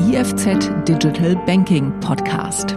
IFZ Digital Banking Podcast.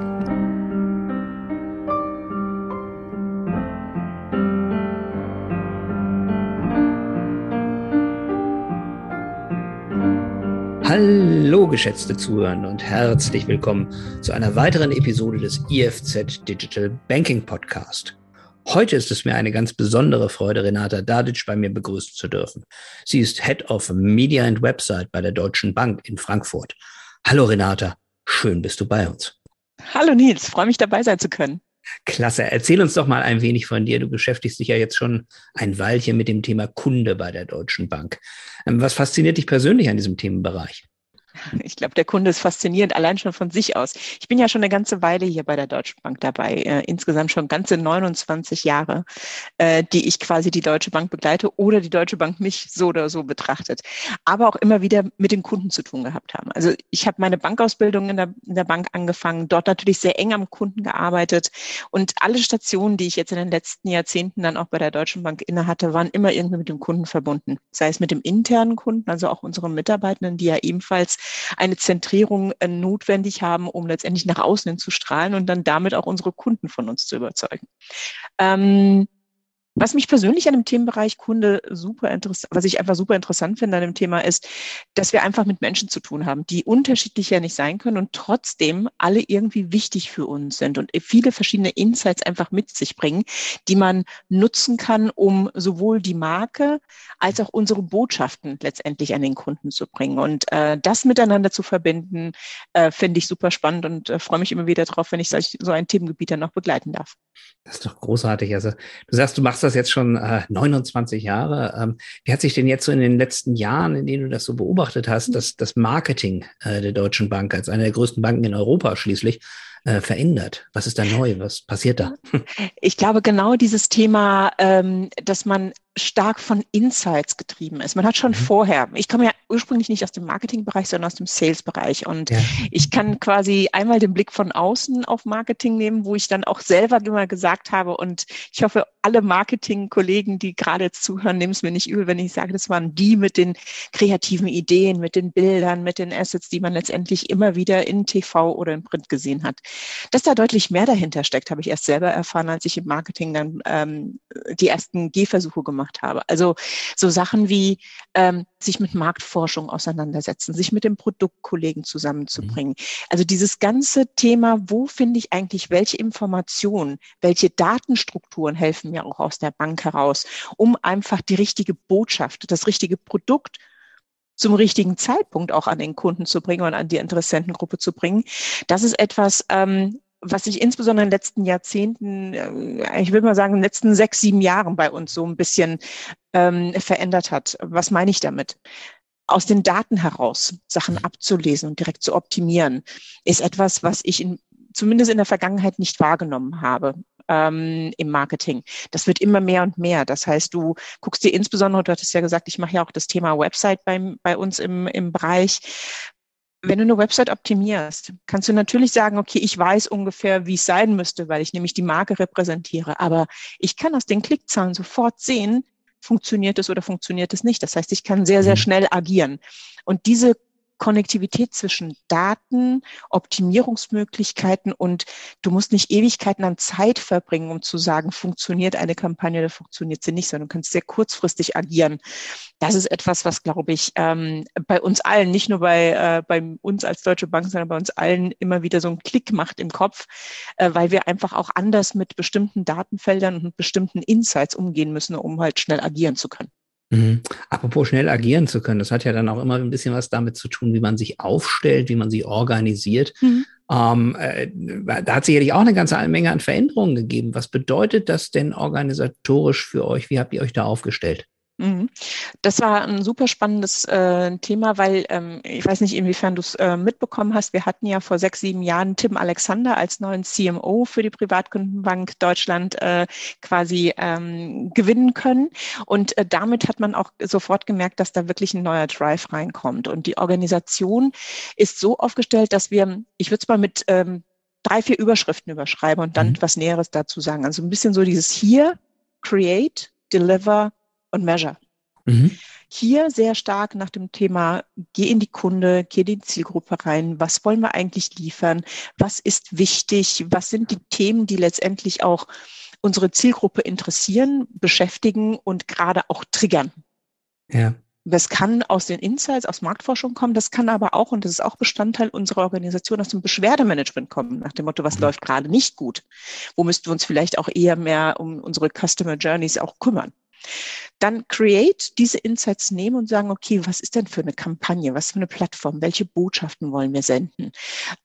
Hallo geschätzte Zuhörende und herzlich willkommen zu einer weiteren Episode des IFZ Digital Banking Podcast. Heute ist es mir eine ganz besondere Freude, Renata Dadic bei mir begrüßen zu dürfen. Sie ist Head of Media and Website bei der Deutschen Bank in Frankfurt. Hallo Renata, schön bist du bei uns. Hallo Nils, freue mich dabei sein zu können. Klasse, erzähl uns doch mal ein wenig von dir. Du beschäftigst dich ja jetzt schon ein Weilchen mit dem Thema Kunde bei der Deutschen Bank. Was fasziniert dich persönlich an diesem Themenbereich? Ich glaube, der Kunde ist faszinierend, allein schon von sich aus. Ich bin ja schon eine ganze Weile hier bei der Deutschen Bank dabei, insgesamt schon ganze 29 Jahre, die ich quasi die Deutsche Bank begleite oder die Deutsche Bank mich so oder so betrachtet, aber auch immer wieder mit den Kunden zu tun gehabt haben. Also ich habe meine Bankausbildung in der Bank angefangen, dort natürlich sehr eng am Kunden gearbeitet und alle Stationen, die ich jetzt in den letzten Jahrzehnten dann auch bei der Deutschen Bank innehatte, waren immer irgendwie mit dem Kunden verbunden. Sei es mit dem internen Kunden, also auch unseren Mitarbeitenden, die ja ebenfalls eine Zentrierung notwendig haben, um letztendlich nach außen hin zu strahlen und dann damit auch unsere Kunden von uns zu überzeugen. Was mich persönlich an dem Themenbereich Kunde was ich einfach super interessant finde an dem Thema ist, dass wir einfach mit Menschen zu tun haben, die unterschiedlich ja nicht sein können und trotzdem alle irgendwie wichtig für uns sind und viele verschiedene Insights einfach mit sich bringen, die man nutzen kann, um sowohl die Marke als auch unsere Botschaften letztendlich an den Kunden zu bringen. Und das miteinander zu verbinden, finde ich super spannend und freue mich immer wieder drauf, wenn ich so ein Themengebiet dann noch begleiten darf. Das ist doch großartig. Also du sagst, du machst das jetzt schon 29 Jahre. Wie hat sich denn jetzt so in den letzten Jahren, in denen du das so beobachtet hast, das Marketing der Deutschen Bank als eine der größten Banken in Europa schließlich verändert? Was ist da neu? Was passiert da? Ich glaube, genau dieses Thema, dass man stark von Insights getrieben ist. Man hat schon vorher, ich komme ja ursprünglich nicht aus dem Marketingbereich, sondern aus dem Sales-Bereich und ich kann quasi einmal den Blick von außen auf Marketing nehmen, wo ich dann auch selber immer gesagt habe und ich hoffe, alle Marketing-Kollegen, die gerade jetzt zuhören, nehmen es mir nicht übel, wenn ich sage, das waren die mit den kreativen Ideen, mit den Bildern, mit den Assets, die man letztendlich immer wieder in TV oder in Print gesehen hat. Dass da deutlich mehr dahinter steckt, habe ich erst selber erfahren, als ich im Marketing dann die ersten Gehversuche gemacht habe. Also so Sachen wie sich mit Marktforschung auseinandersetzen, sich mit den Produktkollegen zusammenzubringen. Also dieses ganze Thema, wo finde ich eigentlich welche Informationen, welche Datenstrukturen helfen mir auch aus der Bank heraus, um einfach die richtige Botschaft, das richtige Produkt zum richtigen Zeitpunkt auch an den Kunden zu bringen und an die Interessentengruppe zu bringen. Das ist etwas, was sich insbesondere in den letzten Jahrzehnten, ich würde mal sagen, in den letzten 6, 7 Jahren bei uns so ein bisschen verändert hat. Was meine ich damit? Aus den Daten heraus Sachen abzulesen und direkt zu optimieren, ist etwas, was ich zumindest in der Vergangenheit nicht wahrgenommen habe im Marketing. Das wird immer mehr und mehr. Das heißt, du guckst dir insbesondere, du hattest ja gesagt, ich mache ja auch das Thema Website bei uns im Bereich. Wenn du eine Website optimierst, kannst du natürlich sagen, okay, ich weiß ungefähr, wie es sein müsste, weil ich nämlich die Marke repräsentiere. Aber ich kann aus den Klickzahlen sofort sehen, funktioniert es oder funktioniert es nicht. Das heißt, ich kann sehr, sehr schnell agieren. Und diese Konnektivität zwischen Daten, Optimierungsmöglichkeiten und du musst nicht Ewigkeiten an Zeit verbringen, um zu sagen, funktioniert eine Kampagne oder funktioniert sie nicht, sondern du kannst sehr kurzfristig agieren. Das ist etwas, was, glaube ich, bei uns allen, nicht nur bei uns als Deutsche Bank, sondern bei uns allen immer wieder so einen Klick macht im Kopf, weil wir einfach auch anders mit bestimmten Datenfeldern und mit bestimmten Insights umgehen müssen, um halt schnell agieren zu können. Apropos schnell agieren zu können, das hat ja dann auch immer ein bisschen was damit zu tun, wie man sich aufstellt, wie man sich organisiert. Da hat sicherlich auch eine ganze Menge an Veränderungen gegeben. Was bedeutet das denn organisatorisch für euch? Wie habt ihr euch da aufgestellt? Das war ein super spannendes Thema, weil ich weiß nicht, inwiefern du es mitbekommen hast. Wir hatten ja vor 6, 7 Jahren Tim Alexander als neuen CMO für die Privatkundenbank Deutschland quasi gewinnen können. Und damit hat man auch sofort gemerkt, dass da wirklich ein neuer Drive reinkommt. Und die Organisation ist so aufgestellt, dass ich würde es mal mit 3, 4 Überschriften überschreiben und dann was Näheres dazu sagen. Also ein bisschen so dieses hier, create, deliver und measure. hier sehr stark nach dem Thema, geh in die Kunde, geh in die Zielgruppe rein, was wollen wir eigentlich liefern, was ist wichtig, was sind die Themen, die letztendlich auch unsere Zielgruppe interessieren, beschäftigen und gerade auch triggern. Ja. Das kann aus den Insights, aus Marktforschung kommen, das kann aber auch, und das ist auch Bestandteil unserer Organisation, aus dem Beschwerdemanagement kommen, nach dem Motto, was läuft gerade nicht gut? Wo müssten wir uns vielleicht auch eher mehr um unsere Customer Journeys auch kümmern? Dann Create, diese Insights nehmen und sagen, okay, was ist denn für eine Kampagne, was für eine Plattform, welche Botschaften wollen wir senden?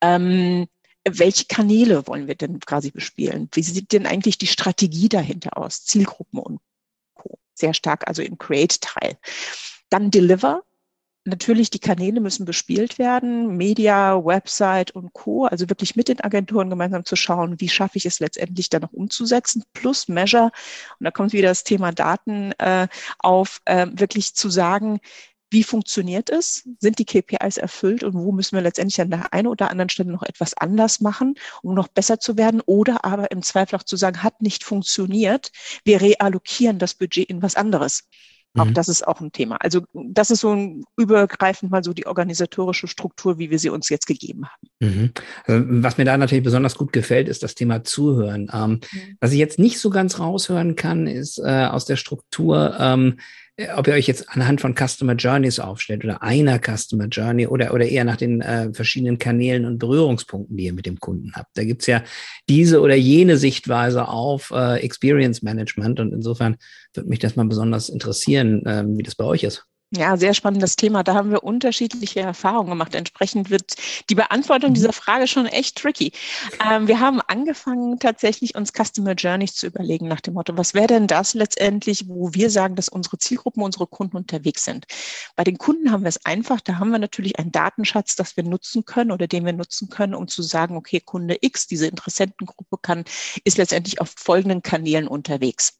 Welche Kanäle wollen wir denn quasi bespielen? Wie sieht denn eigentlich die Strategie dahinter aus? Zielgruppen und Co. Sehr stark also im Create-Teil. Dann Deliver. Natürlich, die Kanäle müssen bespielt werden, Media, Website und Co. Also wirklich mit den Agenturen gemeinsam zu schauen, wie schaffe ich es letztendlich dann noch umzusetzen, plus Measure. Und da kommt wieder das Thema Daten auf, wirklich zu sagen, wie funktioniert es? Sind die KPIs erfüllt und wo müssen wir letztendlich an der einen oder anderen Stelle noch etwas anders machen, um noch besser zu werden? Oder aber im Zweifel auch zu sagen, hat nicht funktioniert, wir reallokieren das Budget in was anderes. Auch das ist auch ein Thema. Also das ist so ein übergreifend mal so die organisatorische Struktur, wie wir sie uns jetzt gegeben haben. Also, was mir da natürlich besonders gut gefällt, ist das Thema Zuhören. Was ich jetzt nicht so ganz raushören kann, ist aus der Struktur, ob ihr euch jetzt anhand von Customer Journeys aufstellt oder einer Customer Journey oder eher nach den verschiedenen Kanälen und Berührungspunkten, die ihr mit dem Kunden habt. Da gibt's ja diese oder jene Sichtweise auf Experience Management und insofern würde mich das mal besonders interessieren, wie das bei euch ist. Ja, sehr spannendes Thema. Da haben wir unterschiedliche Erfahrungen gemacht. Entsprechend wird die Beantwortung dieser Frage schon echt tricky. Wir haben angefangen, tatsächlich uns Customer Journeys zu überlegen nach dem Motto, was wäre denn das letztendlich, wo wir sagen, dass unsere Zielgruppen, unsere Kunden unterwegs sind. Bei den Kunden haben wir es einfach. Da haben wir natürlich einen Datenschatz, das wir nutzen können oder den wir nutzen können, um zu sagen, okay, Kunde X, diese Interessentengruppe ist letztendlich auf folgenden Kanälen unterwegs.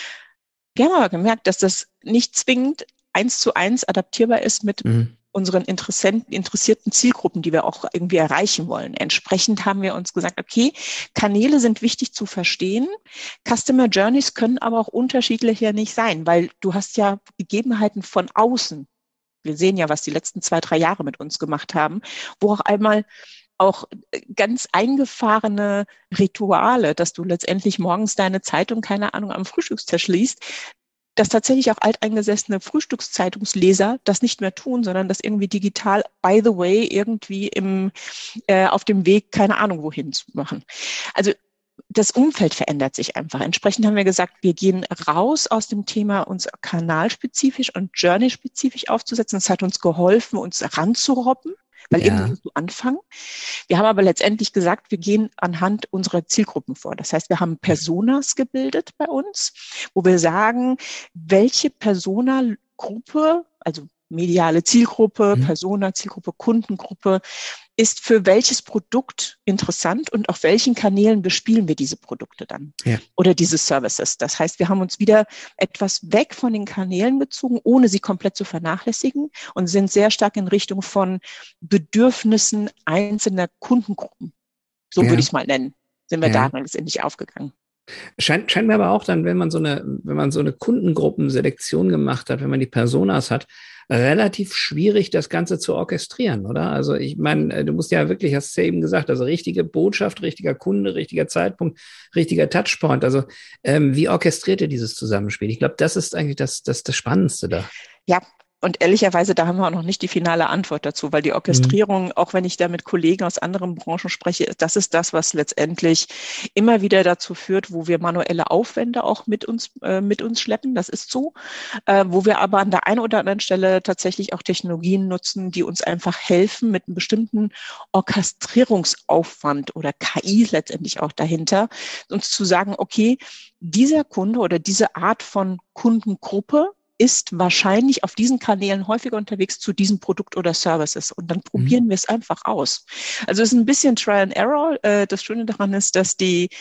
Wir haben aber gemerkt, dass das nicht zwingend 1:1 adaptierbar ist mit unseren interessierten Zielgruppen, die wir auch irgendwie erreichen wollen. Entsprechend haben wir uns gesagt, okay, Kanäle sind wichtig zu verstehen. Customer Journeys können aber auch unterschiedlicher nicht sein, weil du hast ja Gegebenheiten von außen. Wir sehen ja, was die letzten 2-3 Jahre mit uns gemacht haben, wo auch einmal auch ganz eingefahrene Rituale, dass du letztendlich morgens deine Zeitung, keine Ahnung, am Frühstückstisch liest, dass tatsächlich auch alteingesessene Frühstückszeitungsleser das nicht mehr tun, sondern das irgendwie digital, by the way, irgendwie auf dem Weg, keine Ahnung wohin zu machen. Also das Umfeld verändert sich einfach. Entsprechend haben wir gesagt, wir gehen raus aus dem Thema, uns kanalspezifisch und journey-spezifisch aufzusetzen. Das hat uns geholfen, uns ranzurobben, weil irgendwie musst du anfangen. Wir haben aber letztendlich gesagt, wir gehen anhand unserer Zielgruppen vor. Das heißt, wir haben Personas gebildet bei uns, wo wir sagen, welche Persona-Gruppe, also mediale Zielgruppe, Persona, Zielgruppe, Kundengruppe, ist für welches Produkt interessant und auf welchen Kanälen bespielen wir diese Produkte dann oder diese Services. Das heißt, wir haben uns wieder etwas weg von den Kanälen bezogen, ohne sie komplett zu vernachlässigen und sind sehr stark in Richtung von Bedürfnissen einzelner Kundengruppen. So würde ich es mal nennen, sind wir da letztendlich aufgegangen. Scheint mir aber auch dann, wenn man so eine Kundengruppenselektion gemacht hat, wenn man die Personas hat, relativ schwierig, das Ganze zu orchestrieren, oder? Also ich meine, du musst ja wirklich, hast du ja eben gesagt, also richtige Botschaft, richtiger Kunde, richtiger Zeitpunkt, richtiger Touchpoint. Also wie orchestriert ihr dieses Zusammenspiel? Ich glaube, das ist eigentlich das Spannendste da. Ja. Und ehrlicherweise, da haben wir auch noch nicht die finale Antwort dazu, weil die Orchestrierung, auch wenn ich da mit Kollegen aus anderen Branchen spreche, das ist das, was letztendlich immer wieder dazu führt, wo wir manuelle Aufwände auch mit uns schleppen. Das ist so, wo wir aber an der einen oder anderen Stelle tatsächlich auch Technologien nutzen, die uns einfach helfen, mit einem bestimmten Orchestrierungsaufwand oder KI letztendlich auch dahinter, uns zu sagen, okay, dieser Kunde oder diese Art von Kundengruppe ist wahrscheinlich auf diesen Kanälen häufiger unterwegs zu diesem Produkt oder Services. Und dann probieren wir es einfach aus. Also es ist ein bisschen Trial and Error. Das Schöne daran ist, dass die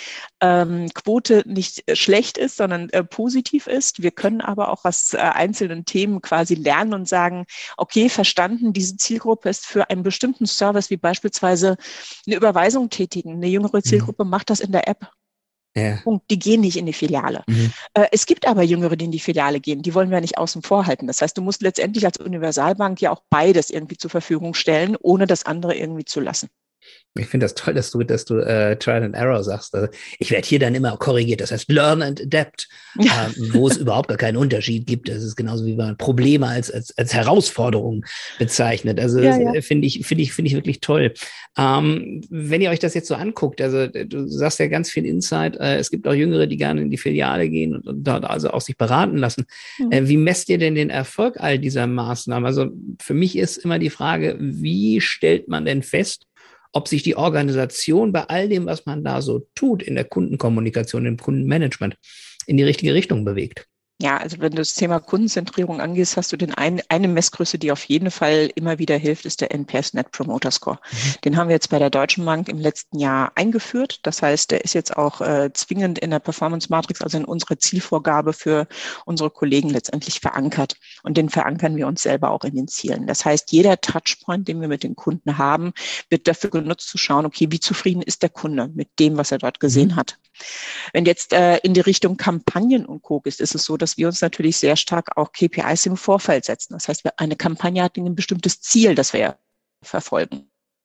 Quote nicht schlecht ist, sondern positiv ist. Wir können aber auch aus einzelnen Themen quasi lernen und sagen, okay, verstanden, diese Zielgruppe ist für einen bestimmten Service, wie beispielsweise eine Überweisung tätigen. Eine jüngere Zielgruppe macht das in der App. Ja. Punkt. Die gehen nicht in die Filiale. Es gibt aber Jüngere, die in die Filiale gehen. Die wollen wir nicht außen vor halten. Das heißt, du musst letztendlich als Universalbank ja auch beides irgendwie zur Verfügung stellen, ohne das andere irgendwie zu lassen. Ich finde das toll, dass du Trial and Error sagst. Also ich werde hier dann immer korrigiert. Das heißt Learn and Adapt, wo es überhaupt gar keinen Unterschied gibt. Das ist genauso wie man Probleme als Herausforderung bezeichnet. Also das finde ich wirklich toll. Wenn ihr euch das jetzt so anguckt, also du sagst ja ganz viel Insight. Es gibt auch Jüngere, die gerne in die Filiale gehen und dort also auch sich beraten lassen. Wie messt ihr denn den Erfolg all dieser Maßnahmen? Also für mich ist immer die Frage, wie stellt man denn fest, ob sich die Organisation bei all dem, was man da so tut, in der Kundenkommunikation, im Kundenmanagement, in die richtige Richtung bewegt? Ja, also wenn du das Thema Kundenzentrierung angehst, hast du eine Messgröße, die auf jeden Fall immer wieder hilft, ist der NPS Net Promoter Score. Den haben wir jetzt bei der Deutschen Bank im letzten Jahr eingeführt. Das heißt, der ist jetzt auch zwingend in der Performance Matrix, also in unserer Zielvorgabe für unsere Kollegen letztendlich verankert. Und den verankern wir uns selber auch in den Zielen. Das heißt, jeder Touchpoint, den wir mit den Kunden haben, wird dafür genutzt zu schauen, okay, wie zufrieden ist der Kunde mit dem, was er dort gesehen hat. Wenn jetzt in die Richtung Kampagnen und Co. ist es so, dass wir uns natürlich sehr stark auch KPIs im Vorfeld setzen. Das heißt, eine Kampagne hat ein bestimmtes Ziel, das wir verfolgen.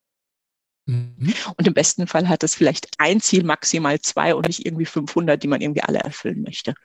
Und im besten Fall hat es vielleicht ein Ziel, maximal 2 und nicht irgendwie 500, die man irgendwie alle erfüllen möchte.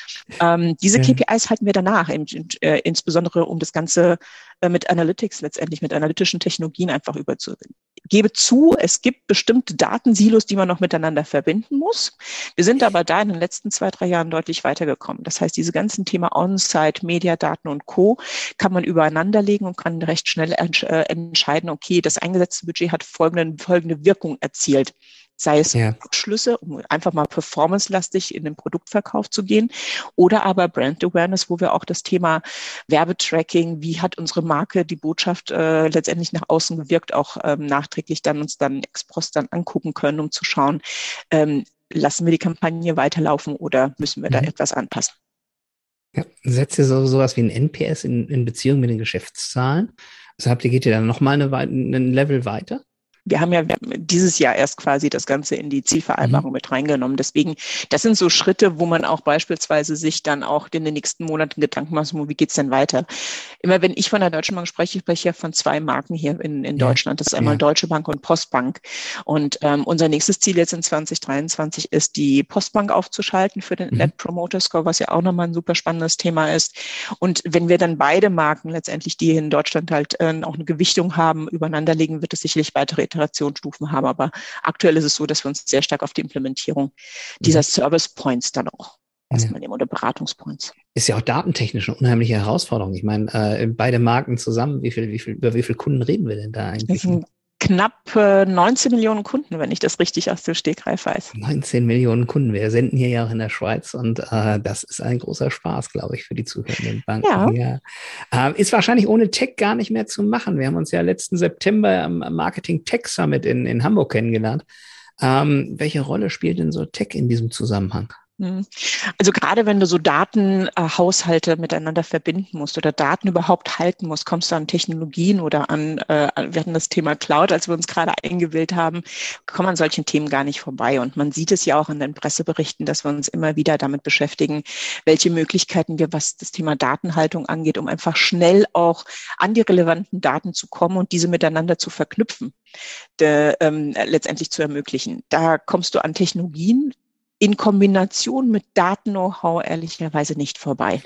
Diese KPIs halten wir danach, insbesondere um das Ganze mit Analytics letztendlich, mit analytischen Technologien einfach überzubinden. Gebe zu, es gibt bestimmte Datensilos, die man noch miteinander verbinden muss. Wir sind aber da in den letzten 2-3 Jahren deutlich weitergekommen. Das heißt, diese ganzen Thema On-Site, Mediadaten und Co. kann man übereinander legen und kann recht schnell entscheiden, okay, das eingesetzte Budget hat folgende Wirkung erzielt. Sei es Abschlüsse, um einfach mal performancelastig in den Produktverkauf zu gehen, oder aber Brand Awareness, wo wir auch das Thema Werbetracking, wie hat unsere Marke die Botschaft letztendlich nach außen gewirkt, auch nachträglich dann uns dann ex post dann angucken können, um zu schauen, lassen wir die Kampagne weiterlaufen oder müssen wir da etwas anpassen. Ja, setzt ihr sowas wie ein NPS in Beziehung mit den Geschäftszahlen? Also geht ihr dann nochmal ein Level weiter? Wir haben dieses Jahr erst quasi das Ganze in die Zielvereinbarung mit reingenommen. Deswegen, das sind so Schritte, wo man auch beispielsweise sich dann auch in den nächsten Monaten Gedanken macht, wie geht's denn weiter? Immer wenn ich von der Deutschen Bank spreche, ich spreche ja von 2 Marken hier in Deutschland. Das ist einmal Deutsche Bank und Postbank. Und unser nächstes Ziel jetzt in 2023 ist, die Postbank aufzuschalten für den Net Promoter Score, was ja auch nochmal ein super spannendes Thema ist. Und wenn wir dann beide Marken letztendlich, die in Deutschland halt auch eine Gewichtung haben, übereinander legen, wird es sicherlich weitere Iterationsstufen haben. Aber aktuell ist es so, dass wir uns sehr stark auf die Implementierung dieser Service Points dann auch erstmal nehmen oder Beratungspoints. Ist ja auch datentechnisch eine unheimliche Herausforderung. Ich meine, beide Marken zusammen, über wie viele Kunden reden wir denn da eigentlich? Das sind knapp 19 Millionen Kunden, wenn ich das richtig aus dem Stegreif weiß. 19 Millionen Kunden. Wir senden hier ja auch in der Schweiz und das ist ein großer Spaß, glaube ich, für die zuhörenden Banken. Ja. Ist wahrscheinlich ohne Tech gar nicht mehr zu machen. Wir haben uns ja letzten September am Marketing Tech Summit in Hamburg kennengelernt. Welche Rolle spielt denn so Tech in diesem Zusammenhang? Also gerade wenn du so Datenhaushalte miteinander verbinden musst oder Daten überhaupt halten musst, kommst du an Technologien oder wir hatten das Thema Cloud, als wir uns gerade eingewählt haben, kommen an solchen Themen gar nicht vorbei. Und man sieht es ja auch in den Presseberichten, dass wir uns immer wieder damit beschäftigen, welche Möglichkeiten wir, was das Thema Datenhaltung angeht, um einfach schnell auch an die relevanten Daten zu kommen und diese miteinander zu verknüpfen, letztendlich zu ermöglichen. Da kommst du an Technologien in Kombination mit Daten-Know-how ehrlicherweise nicht vorbei.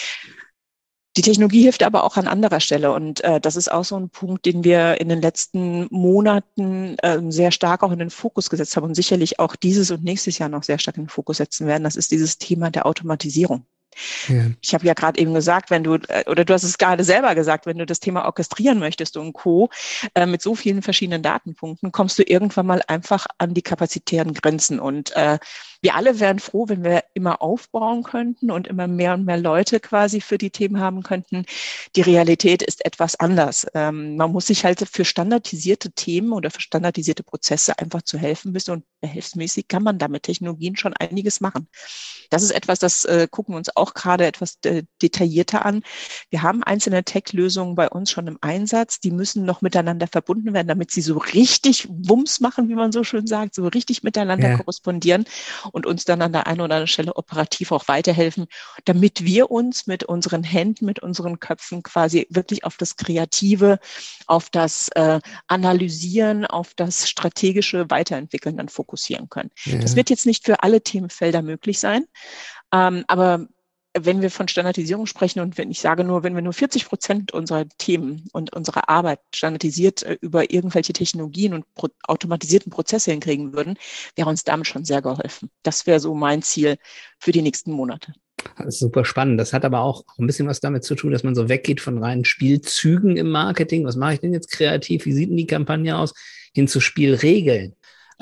Die Technologie hilft aber auch an anderer Stelle und das ist auch so ein Punkt, den wir in den letzten Monaten sehr stark auch in den Fokus gesetzt haben und sicherlich auch dieses und nächstes Jahr noch sehr stark in den Fokus setzen werden. Das ist dieses Thema der Automatisierung. Ja. Ich habe ja gerade eben gesagt, du hast es gerade selber gesagt, wenn du das Thema orchestrieren möchtest und Co. Mit so vielen verschiedenen Datenpunkten, kommst du irgendwann mal einfach an die kapazitären Grenzen. Und wir alle wären froh, wenn wir immer aufbauen könnten und immer mehr und mehr Leute quasi für die Themen haben könnten. Die Realität ist etwas anders. Man muss sich halt für standardisierte Themen oder für standardisierte Prozesse einfach zu helfen wissen und behelfsmäßig kann man da mit Technologien schon einiges machen. Das ist etwas, das gucken wir uns auch gerade etwas detaillierter an. Wir haben einzelne Tech-Lösungen bei uns schon im Einsatz. Die müssen noch miteinander verbunden werden, damit sie so richtig Wumms machen, wie man so schön sagt, so richtig miteinander korrespondieren. und uns dann an der einen oder anderen Stelle operativ auch weiterhelfen, damit wir uns mit unseren Händen, mit unseren Köpfen quasi wirklich auf das Kreative, auf das Analysieren, auf das strategische Weiterentwickeln dann fokussieren können. Ja. Das wird jetzt nicht für alle Themenfelder möglich sein, aber wenn wir von Standardisierung sprechen und wenn wir nur 40% unserer Themen und unserer Arbeit standardisiert über irgendwelche Technologien und automatisierten Prozesse hinkriegen würden, wäre uns damit schon sehr geholfen. Das wäre so mein Ziel für die nächsten Monate. Das ist super spannend. Das hat aber auch ein bisschen was damit zu tun, dass man so weggeht von reinen Spielzügen im Marketing. Was mache ich denn jetzt kreativ? Wie sieht denn die Kampagne aus? Hin zu Spielregeln.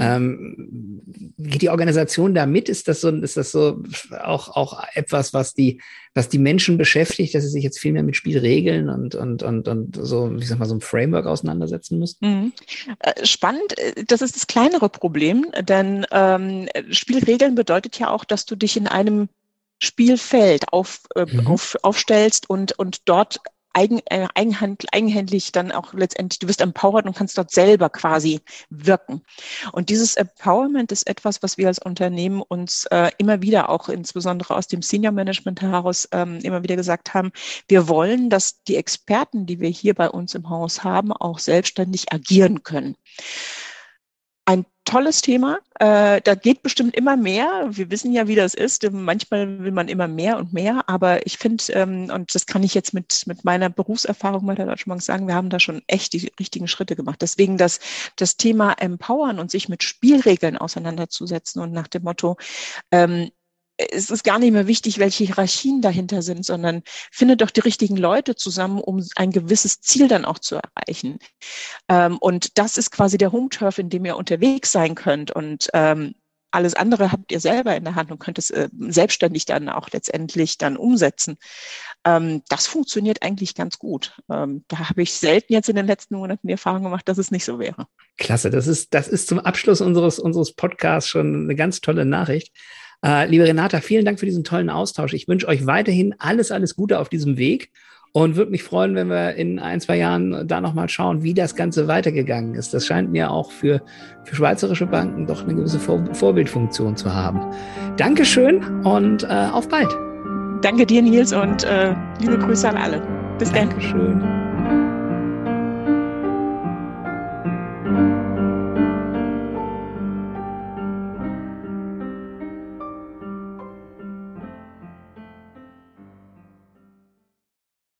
Geht die Organisation da mit? Ist das so auch etwas, was die Menschen beschäftigt, dass sie sich jetzt viel mehr mit Spielregeln und so, ich sag mal, so einem Framework auseinandersetzen müssen? Spannend, das ist das kleinere Problem, denn Spielregeln bedeutet ja auch, dass du dich in einem Spielfeld aufstellst und dort eigenhändig dann auch letztendlich, du wirst empowered und kannst dort selber quasi wirken. Und dieses Empowerment ist etwas, was wir als Unternehmen uns immer wieder, auch insbesondere aus dem Senior Management heraus, immer wieder gesagt haben, wir wollen, dass die Experten, die wir hier bei uns im Haus haben, auch selbstständig agieren können. Ein tolles Thema. Da geht bestimmt immer mehr. Wir wissen ja, wie das ist. Manchmal will man immer mehr und mehr. Aber ich finde, und das kann ich jetzt mit meiner Berufserfahrung bei der Deutschen Bank sagen, wir haben da schon echt die richtigen Schritte gemacht. Deswegen das Thema Empowern und sich mit Spielregeln auseinanderzusetzen und nach dem Motto, es ist gar nicht mehr wichtig, welche Hierarchien dahinter sind, sondern finde doch die richtigen Leute zusammen, um ein gewisses Ziel dann auch zu erreichen. Und das ist quasi der Home-Turf, in dem ihr unterwegs sein könnt. Und alles andere habt ihr selber in der Hand und könnt es selbstständig dann auch letztendlich dann umsetzen. Das funktioniert eigentlich ganz gut. Da habe ich selten jetzt in den letzten Monaten die Erfahrung gemacht, dass es nicht so wäre. Klasse, das ist zum Abschluss unseres Podcasts schon eine ganz tolle Nachricht. Liebe Renata, vielen Dank für diesen tollen Austausch. Ich wünsche euch weiterhin alles Gute auf diesem Weg und würde mich freuen, wenn wir in 1-2 Jahren da nochmal schauen, wie das Ganze weitergegangen ist. Das scheint mir auch für schweizerische Banken doch eine gewisse Vorbildfunktion zu haben. Dankeschön und auf bald. Danke dir, Nils, und liebe Grüße an alle. Bis dann. Dankeschön.